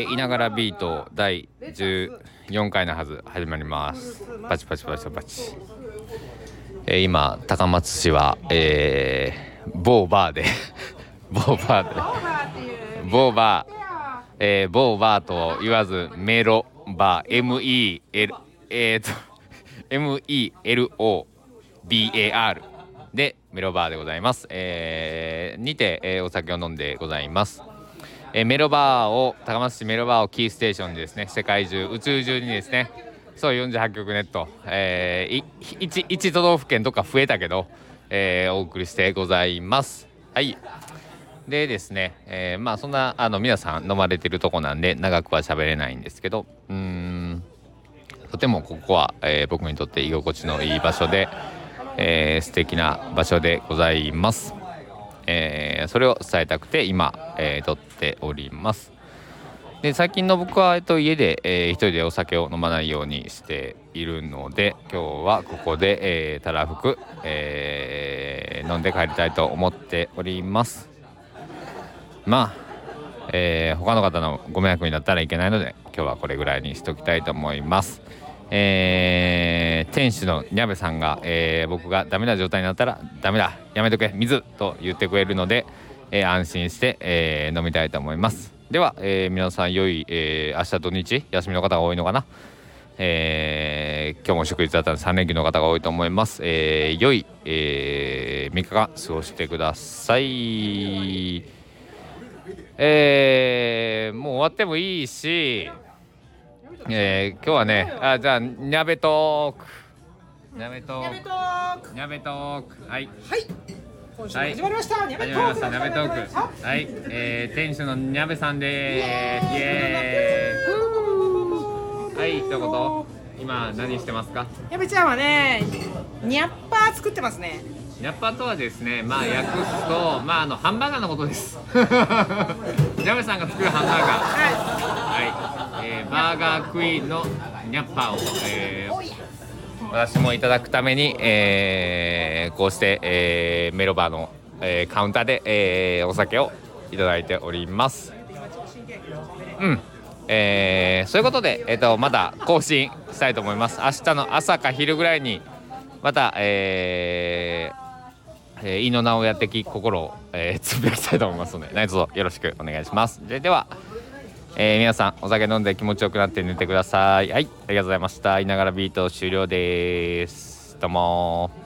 いながらビート第14回のはず始まります。パチパチパチパチ。今高松市は、某バーで某バーと言わずメロバー MELOBAR でメロバーでございます。にて、お酒を飲んでございます。メロバーを高松市メロバーをキーステーションにですね、世界中宇宙中にですね、そう48局ネット、1都道府県とか増えたけど、お送りしてございます。はい。でですね、そんな皆さん飲まれてるとこなんで長くは喋れないんですけど、とてもここは、僕にとって居心地のいい場所で、素敵な場所でございます。それを伝えたくて今、撮っております。で最近の僕は、家で、一人でお酒を飲まないようにしているので、今日はここで、たらふく、飲んで帰りたいと思っております。他の方のご迷惑になったらいけないので今日はこれぐらいにしておきたいと思います。店主のニャベさんが、僕がダメな状態になったらダメだやめとけ水と言ってくれるので、安心して、飲みたいと思います。では、皆さん良い、明日土日休みの方が多いのかな、今日も祝日だったので3連休の方が多いと思います。良い、3日間過ごしてください。もう終わってもいいし、今日はね、じゃあニャベトークはい、 今週も始まりました、ニャベトークニャベトークはい、店主のニャベさんでーす。イエーイ。はい、一言今何してますか？ ニャベちゃんはね、ニャッパー作ってますね。 ニャッパーとはですね、訳すとハンバーガーのことです。ニャベさんが作るハンバーガー、はい、バーガークイーンのニャッパーを、私もいただくために、こうして、メロバーの、カウンターで、お酒をいただいております。そういうことで、また更新したいと思います。明日の朝か昼ぐらいにまた、胃の名をやってき心を、つぶやきたいと思いますので何卒よろしくお願いします。では、皆さんお酒飲んで気持ちよくなって寝てください。はい、ありがとうございました。いながらビート終了です。どうも。